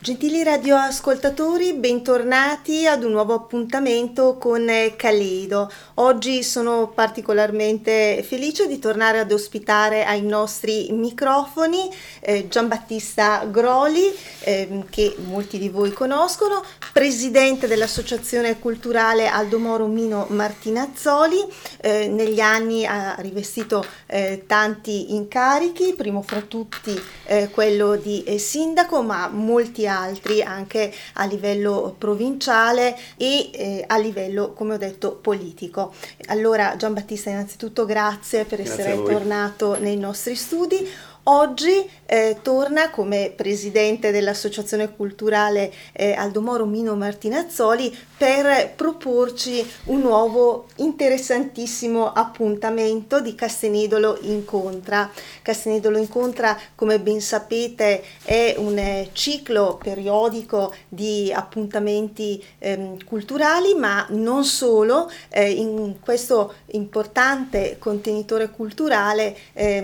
Gentili radioascoltatori, bentornati ad un nuovo appuntamento con Caleido. Oggi sono particolarmente felice di tornare ad ospitare ai nostri microfoni Giambattista Groli, che molti di voi conoscono, presidente dell'Associazione Culturale Aldo Moro Mino Martinazzoli. Negli anni ha rivestito tanti incarichi, primo fra tutti quello di sindaco, ma molti altri anche a livello provinciale e a livello, come ho detto, politico. Allora, Giambattista, innanzitutto grazie per essere tornato nei nostri studi. Oggi torna come presidente dell'Associazione Culturale Aldo Moro Mino Martinazzoli per proporci un nuovo interessantissimo appuntamento di Castenedolo Incontra. Castenedolo Incontra, come ben sapete, è un ciclo periodico di appuntamenti culturali, ma non solo. In questo importante contenitore culturale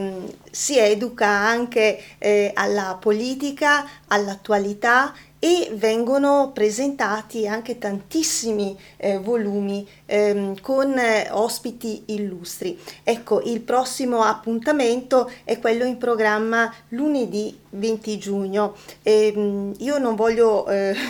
si educa anche alla politica, all'attualità, e vengono presentati anche tantissimi volumi con ospiti illustri. Ecco, il prossimo appuntamento è quello in programma lunedì 20 giugno. Io non voglio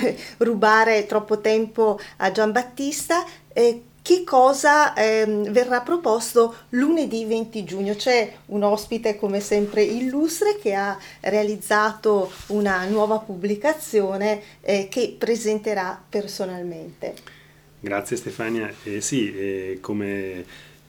rubare troppo tempo a Giambattista. Che cosa verrà proposto lunedì 20 giugno? C'è un ospite come sempre illustre che ha realizzato una nuova pubblicazione che presenterà personalmente. Grazie Stefania. Sì, come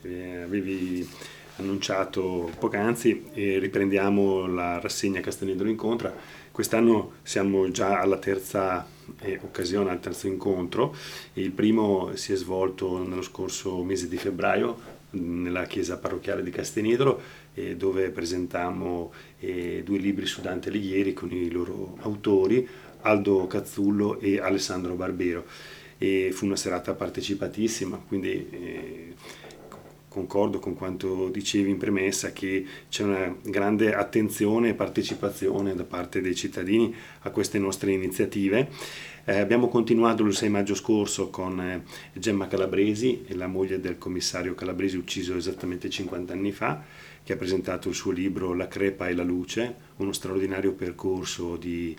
avevi annunciato poc'anzi, riprendiamo la rassegna Castenedolo Incontra. Quest'anno siamo già alla terza occasione, al terzo incontro. Il primo si è svolto nello scorso mese di febbraio nella chiesa parrocchiale di Castenedolo, dove presentammo 2 libri su Dante Alighieri con i loro autori, Aldo Cazzullo e Alessandro Barbero. E fu una serata partecipatissima, quindi concordo con quanto dicevi in premessa, che c'è una grande attenzione e partecipazione da parte dei cittadini a queste nostre iniziative. Abbiamo continuato il 6 maggio scorso con Gemma Calabresi, la moglie del commissario Calabresi ucciso esattamente 50 anni fa, che ha presentato il suo libro La crepa e la luce, uno straordinario percorso di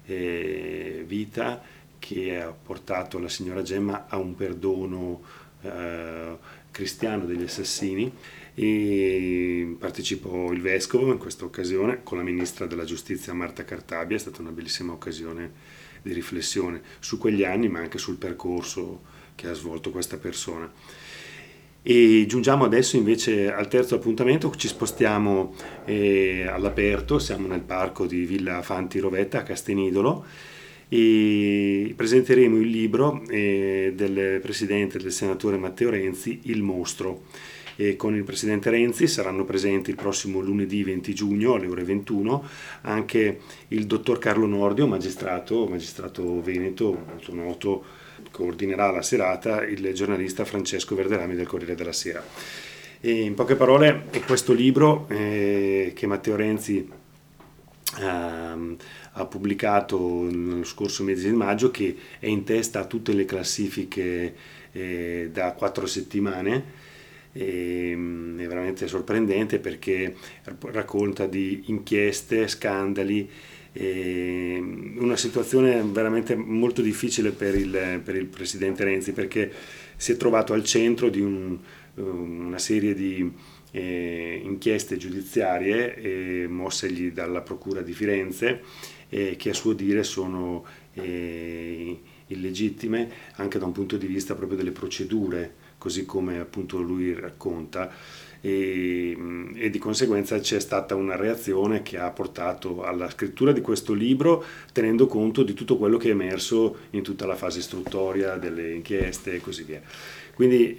vita che ha portato la signora Gemma a un perdono cristiano degli assassini, e partecipò il vescovo in questa occasione con la ministra della giustizia Marta Cartabia. È stata una bellissima occasione di riflessione su quegli anni, ma anche sul percorso che ha svolto questa persona. E giungiamo adesso invece al terzo appuntamento. Ci spostiamo all'aperto, siamo nel parco di Villa Fanti Rovetta a Castenidolo e presenteremo il libro del presidente, del senatore Matteo Renzi, Il mostro. E con il presidente Renzi saranno presenti il prossimo lunedì 20 giugno alle ore 21 anche il dottor Carlo Nordio, magistrato veneto molto noto. Coordinerà la serata il giornalista Francesco Verderami del Corriere della Sera. E in poche parole è questo libro che Matteo Renzi ha pubblicato nello scorso mese di maggio, che è in testa a tutte le classifiche da 4 settimane. È veramente sorprendente perché racconta di inchieste, scandali, una situazione veramente molto difficile per il presidente Renzi, perché si è trovato al centro di una serie di inchieste giudiziarie mossegli dalla Procura di Firenze, che a suo dire sono illegittime anche da un punto di vista proprio delle procedure, così come appunto lui racconta, e di conseguenza c'è stata una reazione che ha portato alla scrittura di questo libro, tenendo conto di tutto quello che è emerso in tutta la fase istruttoria delle inchieste e così via. Quindi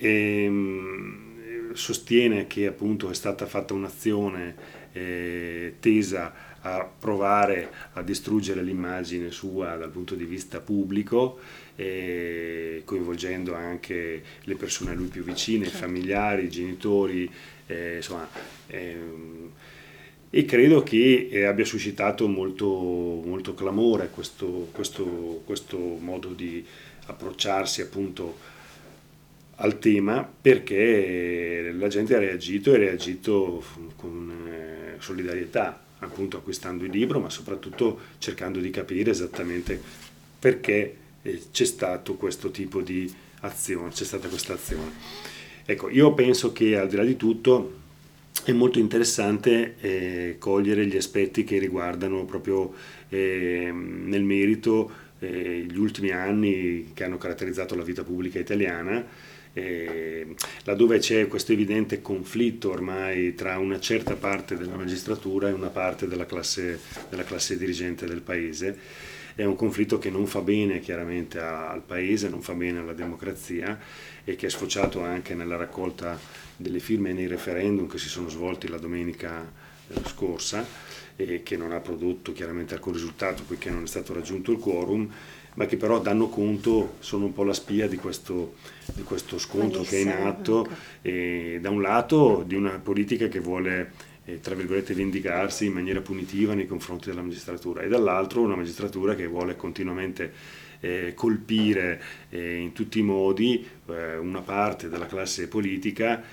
sostiene che appunto è stata fatta un'azione tesa a provare a distruggere l'immagine sua dal punto di vista pubblico, coinvolgendo anche le persone a lui più vicine, i familiari, i genitori, insomma, e credo che abbia suscitato molto, molto clamore questo modo di approcciarsi appunto al tema, perché la gente ha reagito con solidarietà, appunto acquistando il libro, ma soprattutto cercando di capire esattamente perché c'è stato questo tipo di azione, c'è stata questa azione. Ecco, io penso che al di là di tutto è molto interessante cogliere gli aspetti che riguardano proprio nel merito gli ultimi anni che hanno caratterizzato la vita pubblica italiana, laddove c'è questo evidente conflitto ormai tra una certa parte della magistratura e una parte della classe dirigente del paese. È un conflitto che non fa bene chiaramente al paese, non fa bene alla democrazia, e che è sfociato anche nella raccolta delle firme e nei referendum che si sono svolti la domenica scorsa, e che non ha prodotto chiaramente alcun risultato poiché non è stato raggiunto il quorum, ma che però danno conto, sono un po' la spia di questo scontro che è in atto, e da un lato di una politica che vuole tra virgolette vendicarsi in maniera punitiva nei confronti della magistratura, e dall'altro una magistratura che vuole continuamente colpire in tutti i modi una parte della classe politica,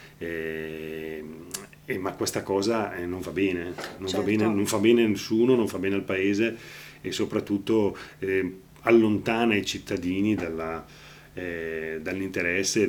ma questa cosa non va bene, non fa bene a nessuno, non fa bene al paese, e soprattutto allontana i cittadini dall'interesse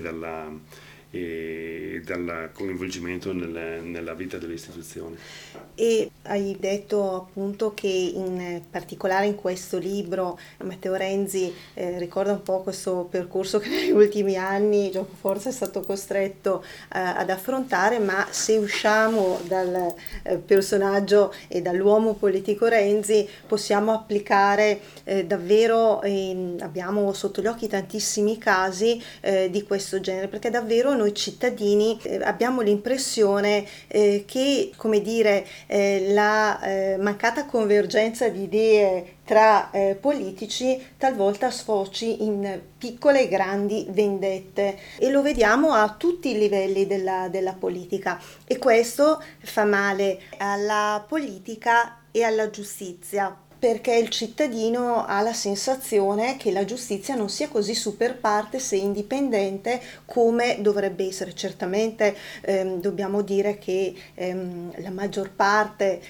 e dal coinvolgimento nella vita delle istituzioni. E hai detto appunto che in particolare in questo libro Matteo Renzi ricorda un po' questo percorso che negli ultimi anni Giocoforza è stato costretto ad affrontare, ma se usciamo dal personaggio e dall'uomo politico Renzi possiamo applicare davvero, abbiamo sotto gli occhi tantissimi casi di questo genere, perché davvero noi cittadini abbiamo l'impressione che, come dire, la mancata convergenza di idee tra politici talvolta sfoci in piccole e grandi vendette, e lo vediamo a tutti i livelli della politica, e questo fa male alla politica e alla giustizia, perché il cittadino ha la sensazione che la giustizia non sia così super partes e indipendente come dovrebbe essere. Certamente dobbiamo dire che la maggior parte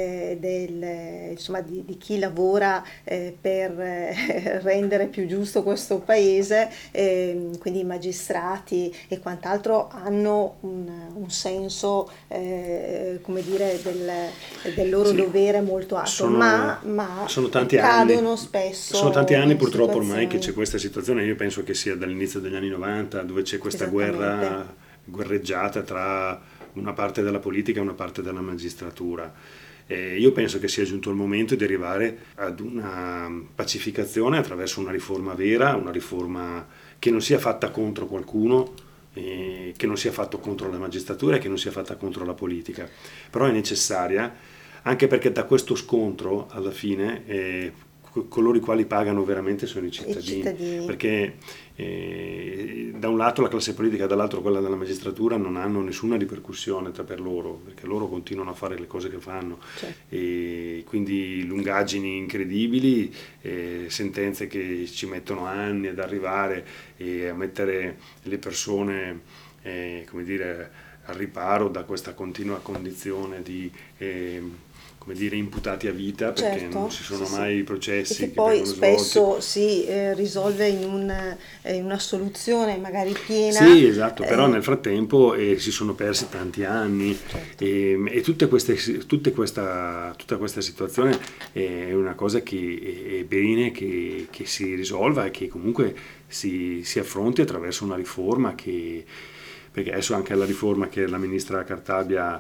di chi lavora per rendere più giusto questo paese, quindi i magistrati e quant'altro, hanno un senso come dire del loro dovere molto alto, ma sono tanti cadono anni, spesso. Sono tanti anni purtroppo ormai che c'è questa situazione. Io penso che sia dall'inizio degli anni 90, dove c'è questa guerreggiata tra una parte della politica e una parte della magistratura. Io penso che sia giunto il momento di arrivare ad una pacificazione attraverso una riforma vera, una riforma che non sia fatta contro qualcuno, che non sia fatta contro la magistratura e che non sia fatta contro la politica, però è necessaria, anche perché da questo scontro alla fine coloro i quali pagano veramente sono i cittadini. Perché da un lato la classe politica e dall'altro quella della magistratura non hanno nessuna ripercussione per loro, perché loro continuano a fare le cose che fanno, e quindi lungaggini incredibili, sentenze che ci mettono anni ad arrivare e a mettere le persone come dire, al riparo da questa continua condizione di come dire, imputati a vita, perché non ci sono mai processi e che poi spesso si risolve in una soluzione magari piena. Sì, esatto, però nel frattempo si sono persi tanti anni, e tutta questa situazione è una cosa che è bene che si risolva e che comunque si affronti attraverso una riforma perché adesso anche la riforma che la ministra Cartabia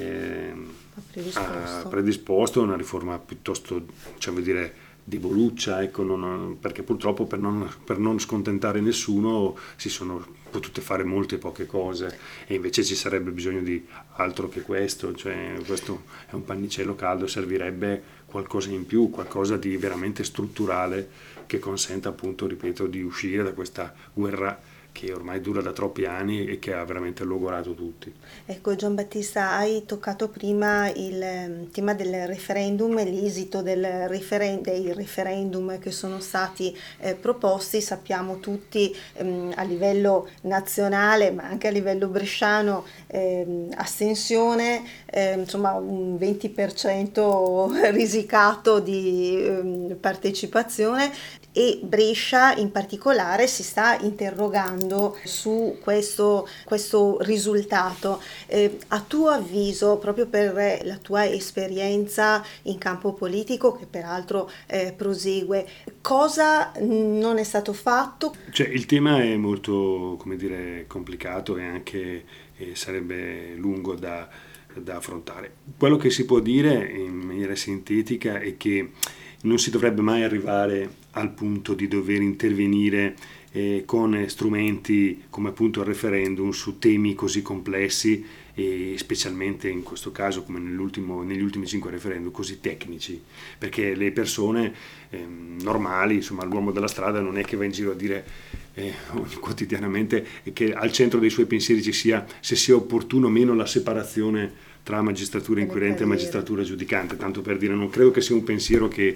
ha predisposto è una riforma piuttosto, vuol dire, deboluccia, ecco, perché purtroppo per non scontentare nessuno si sono potute fare molte poche cose, e invece ci sarebbe bisogno di altro che questo, questo è un pannicello caldo, servirebbe qualcosa in più, qualcosa di veramente strutturale che consenta, appunto, ripeto, di uscire da questa guerra che ormai dura da troppi anni e che ha veramente logorato tutti. Ecco, Giambattista, hai toccato prima il tema del referendum e l'esito dei referendum che sono stati proposti. Sappiamo tutti a livello nazionale, ma anche a livello bresciano, astensione, insomma un 20% risicato di partecipazione. E Brescia in particolare si sta interrogando su questo risultato. A tuo avviso, proprio per la tua esperienza in campo politico, che peraltro prosegue, cosa non è stato fatto? Cioè, il tema è molto, come dire, complicato e anche sarebbe lungo da affrontare. Quello che si può dire in maniera sintetica è che non si dovrebbe mai arrivare al punto di dover intervenire con strumenti come appunto il referendum su temi così complessi e specialmente in questo caso come negli ultimi 5 referendum così tecnici, perché le persone normali, insomma l'uomo della strada non è che va in giro a dire quotidianamente che al centro dei suoi pensieri ci sia se sia opportuno o meno la separazione tra magistratura inquirente e magistratura giudicante, tanto per dire, non credo che sia un pensiero che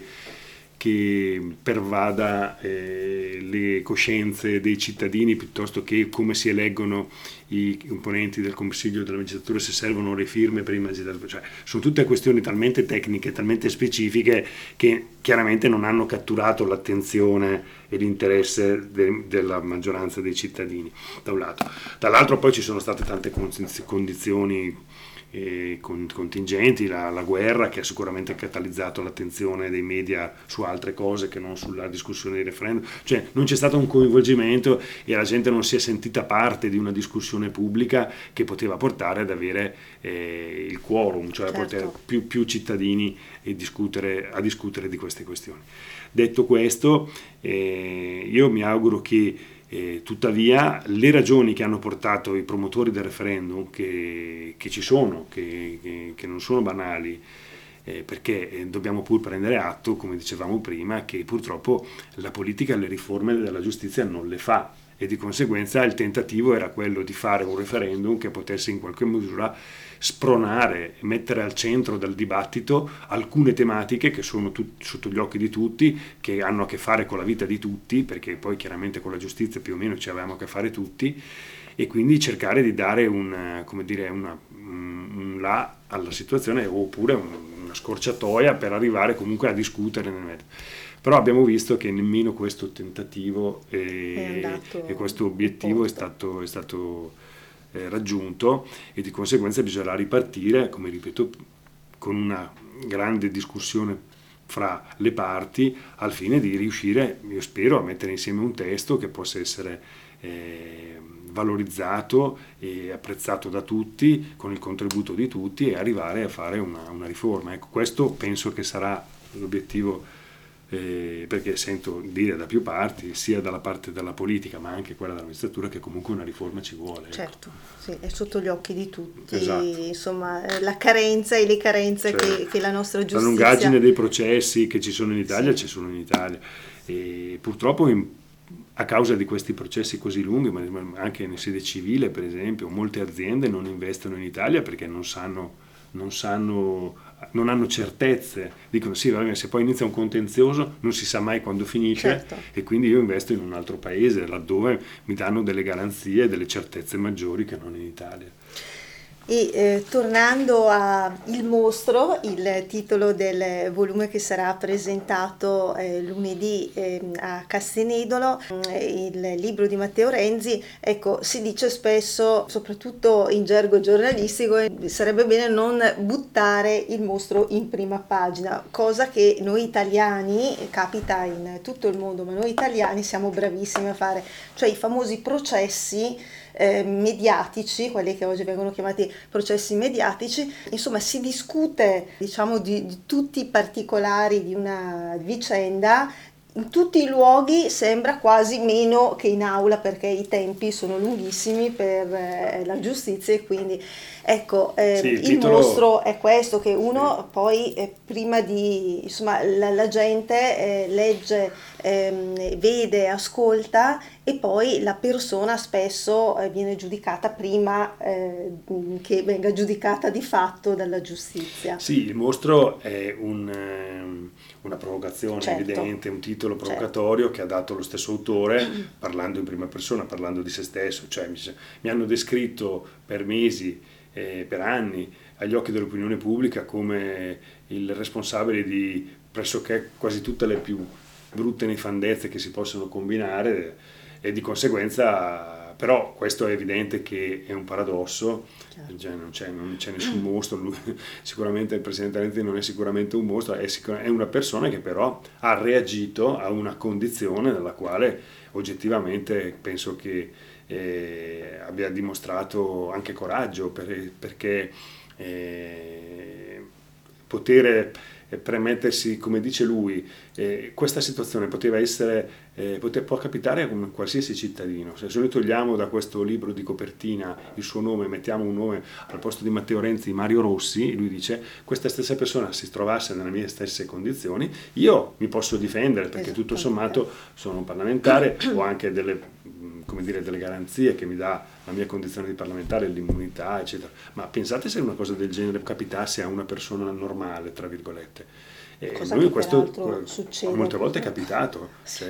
pervada le coscienze dei cittadini, piuttosto che come si eleggono i componenti del Consiglio della Magistratura, se servono le firme per i magistrati. Cioè, sono tutte questioni talmente tecniche, talmente specifiche che chiaramente non hanno catturato l'attenzione e l'interesse della maggioranza dei cittadini, da un lato. Dall'altro poi ci sono state tante condizioni contingenti, la guerra che ha sicuramente catalizzato l'attenzione dei media su altre cose che non sulla discussione dei referendum, cioè non c'è stato un coinvolgimento e la gente non si è sentita parte di una discussione pubblica che poteva portare ad avere il quorum, cioè certo, a portare più cittadini a discutere di queste questioni. Detto questo, io mi auguro che tuttavia le ragioni che hanno portato i promotori del referendum, che ci sono, che non sono banali, perché dobbiamo pur prendere atto, come dicevamo prima, che purtroppo la politica le riforme della giustizia non le fa e di conseguenza il tentativo era quello di fare un referendum che potesse in qualche misura spronare e mettere al centro del dibattito alcune tematiche che sono sotto gli occhi di tutti, che hanno a che fare con la vita di tutti, perché poi chiaramente con la giustizia più o meno ci avevamo a che fare tutti, e quindi cercare di dare un là alla situazione oppure una scorciatoia per arrivare comunque a discutere nel mezzo. Però abbiamo visto che nemmeno questo tentativo e questo obiettivo è stato raggiunto e di conseguenza bisognerà ripartire, come ripeto, con una grande discussione fra le parti al fine di riuscire, io spero, a mettere insieme un testo che possa essere valorizzato e apprezzato da tutti, con il contributo di tutti, e arrivare a fare una riforma. Ecco, questo penso che sarà l'obiettivo, perché sento dire da più parti, sia dalla parte della politica ma anche quella della magistratura, che comunque una riforma ci vuole. Certo, sì, è sotto gli occhi di tutti, esatto, insomma, la carenza e le carenze certo, che la nostra giustizia... La lungaggine dei processi che ci sono in Italia, sì, ci sono in Italia, e purtroppo a causa di questi processi così lunghi, ma anche in sede civile per esempio, molte aziende non investono in Italia perché non hanno certezze, dicono sì, vabbè, se poi inizia un contenzioso non si sa mai quando finisce, certo, e quindi io investo in un altro paese laddove mi danno delle garanzie, delle certezze maggiori che non in Italia. E tornando a Il Mostro, il titolo del volume che sarà presentato lunedì a Castenedolo, il libro di Matteo Renzi, ecco, si dice spesso, soprattutto in gergo giornalistico, sarebbe bene non buttare il mostro in prima pagina, cosa che noi italiani, capita in tutto il mondo, ma noi italiani siamo bravissimi a fare, cioè i famosi processi mediatici, quelli che oggi vengono chiamati processi mediatici, insomma si discute, diciamo, di tutti i particolari di una vicenda. In tutti i luoghi sembra quasi meno che in aula, perché i tempi sono lunghissimi per la giustizia, e quindi ecco, sì, il mostro è questo, che uno poi prima di, insomma, la gente legge vede, ascolta, e poi la persona spesso viene giudicata prima che venga giudicata di fatto dalla giustizia. Sì, il mostro è una provocazione Certo, evidente, un titolo certo. provocatorio che ha dato lo stesso autore parlando in prima persona, parlando di se stesso, cioè mi hanno descritto per mesi, per anni, agli occhi dell'opinione pubblica come il responsabile di pressoché quasi tutte le più brutte nefandezze che si possono combinare e di conseguenza, però questo è evidente che è un paradosso, Certo. cioè non c'è nessun mostro, sicuramente il presidente Renzi non è sicuramente un mostro, è una persona che però ha reagito a una condizione nella quale oggettivamente penso che abbia dimostrato anche coraggio perché poter premettersi, come dice lui, questa situazione poteva essere, può capitare a qualsiasi cittadino. Se noi togliamo da questo libro di copertina il suo nome, mettiamo un nome al posto di Matteo Renzi, Mario Rossi, lui dice questa stessa persona si trovasse nelle mie stesse condizioni, io mi posso difendere perché tutto Esattamente. sommato sono un parlamentare, ho anche come dire, delle garanzie che mi dà la mia condizione di parlamentare, l'immunità, eccetera. Ma pensate se una cosa del genere capitasse a una persona normale, tra virgolette. Cosa Noi che questo peraltro succede molte volte è purtroppo. capitato, Sì.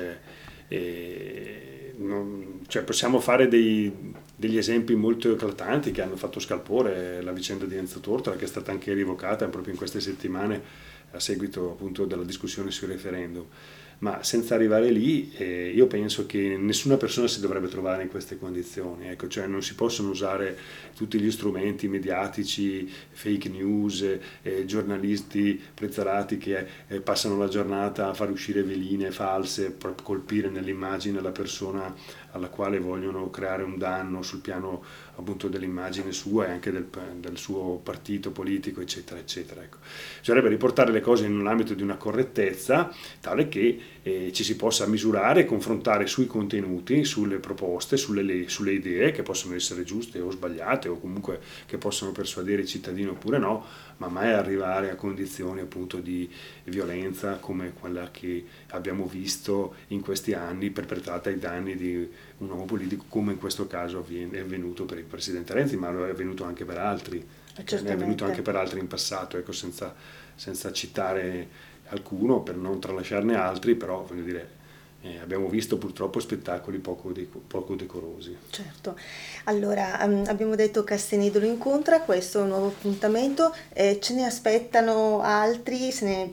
cioè possiamo fare degli esempi molto eclatanti che hanno fatto scalpore, la vicenda di Enzo Tortora che è stata anche rievocata proprio in queste settimane a seguito appunto della discussione sui referendum. Ma senza arrivare lì, io penso che nessuna persona si dovrebbe trovare in queste condizioni, ecco, cioè non si possono usare tutti gli strumenti mediatici, fake news, giornalisti prezzarati che passano la giornata a far uscire veline false per colpire nell'immagine la persona alla quale vogliono creare un danno sul piano appunto dell'immagine sua e anche del suo partito politico, eccetera, eccetera. Ecco. Bisognerebbe riportare le cose in un ambito di una correttezza tale che ci si possa misurare e confrontare sui contenuti, sulle proposte, sulle idee che possono essere giuste o sbagliate o comunque che possono persuadere i cittadini oppure no, ma mai arrivare a condizioni appunto di violenza come quella che abbiamo visto in questi anni perpetrata ai danni di un uomo politico come in questo caso è avvenuto per il presidente Renzi, ma lo è avvenuto anche per altri, ne è avvenuto anche Certamente. per altri in passato, ecco, senza citare alcuno per non tralasciarne altri, però voglio dire, abbiamo visto purtroppo spettacoli poco decorosi. Certo, allora abbiamo detto Castenedolo incontra, questo è un nuovo appuntamento, ce ne aspettano altri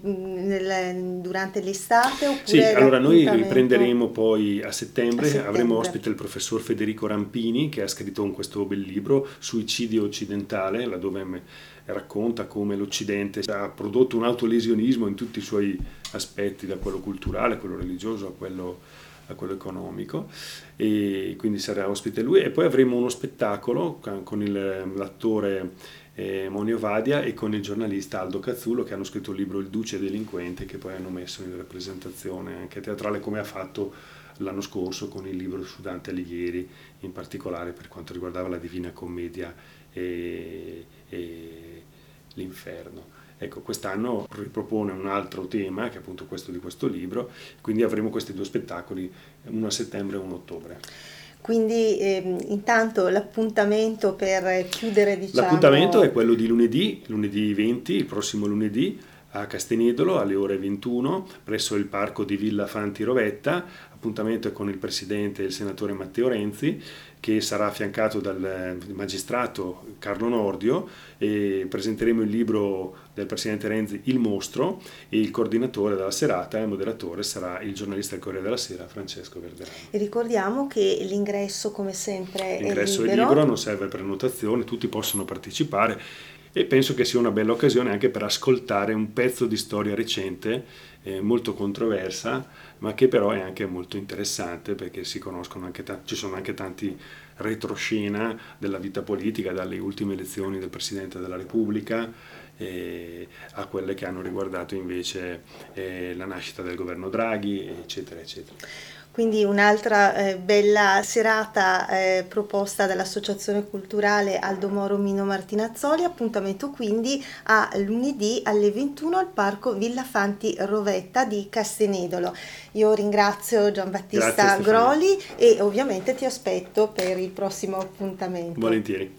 durante l'estate Sì, oppure allora noi l'appuntamento riprenderemo poi a a settembre, avremo settembre? ospite il professor Federico Rampini che ha scritto questo bel libro Suicidio occidentale, laddove racconta come l'Occidente ha prodotto un autolesionismo in tutti i suoi aspetti, da quello culturale a quello religioso a quello economico, e quindi sarà ospite lui e poi avremo uno spettacolo con l'attore Monio Vadia e con il giornalista Aldo Cazzullo che hanno scritto il libro Il Duce Delinquente che poi hanno messo in rappresentazione anche teatrale come ha fatto l'anno scorso con il libro su Dante Alighieri, in particolare per quanto riguardava la Divina Commedia e l'Inferno. Ecco, quest'anno ripropone un altro tema, che è appunto questo di questo libro, quindi avremo questi due spettacoli, uno a settembre e uno a ottobre. Quindi intanto l'appuntamento per chiudere, L'appuntamento è diciamo, quello di lunedì 20, il prossimo lunedì, a Castenedolo alle ore 21 presso il parco di Villa Fanti Rovetta. Appuntamento è con il presidente e il senatore Matteo Renzi che sarà affiancato dal magistrato Carlo Nordio e presenteremo il libro del presidente Renzi Il Mostro e il coordinatore della serata e il moderatore sarà il giornalista del Corriere della Sera Francesco Verderano. e ricordiamo che l'ingresso come sempre è L'ingresso è libero, libero. non serve prenotazione, tutti possono partecipare e penso che sia una bella occasione anche per ascoltare un pezzo di storia recente, molto controversa, ma che però è anche molto interessante perché si conoscono anche ci sono anche tanti retroscena della vita politica, dalle ultime elezioni del Presidente della Repubblica a quelle che hanno riguardato invece la nascita del governo Draghi, eccetera, eccetera. Quindi un'altra bella serata proposta dall'Associazione Culturale Aldo Moro Mino Martinazzoli, appuntamento quindi a lunedì alle 21 al Parco Villa Fanti Rovetta di Castenedolo. Io ringrazio Giambattista Grazie, Stefania. Groli e ovviamente ti aspetto per il prossimo appuntamento. Volentieri.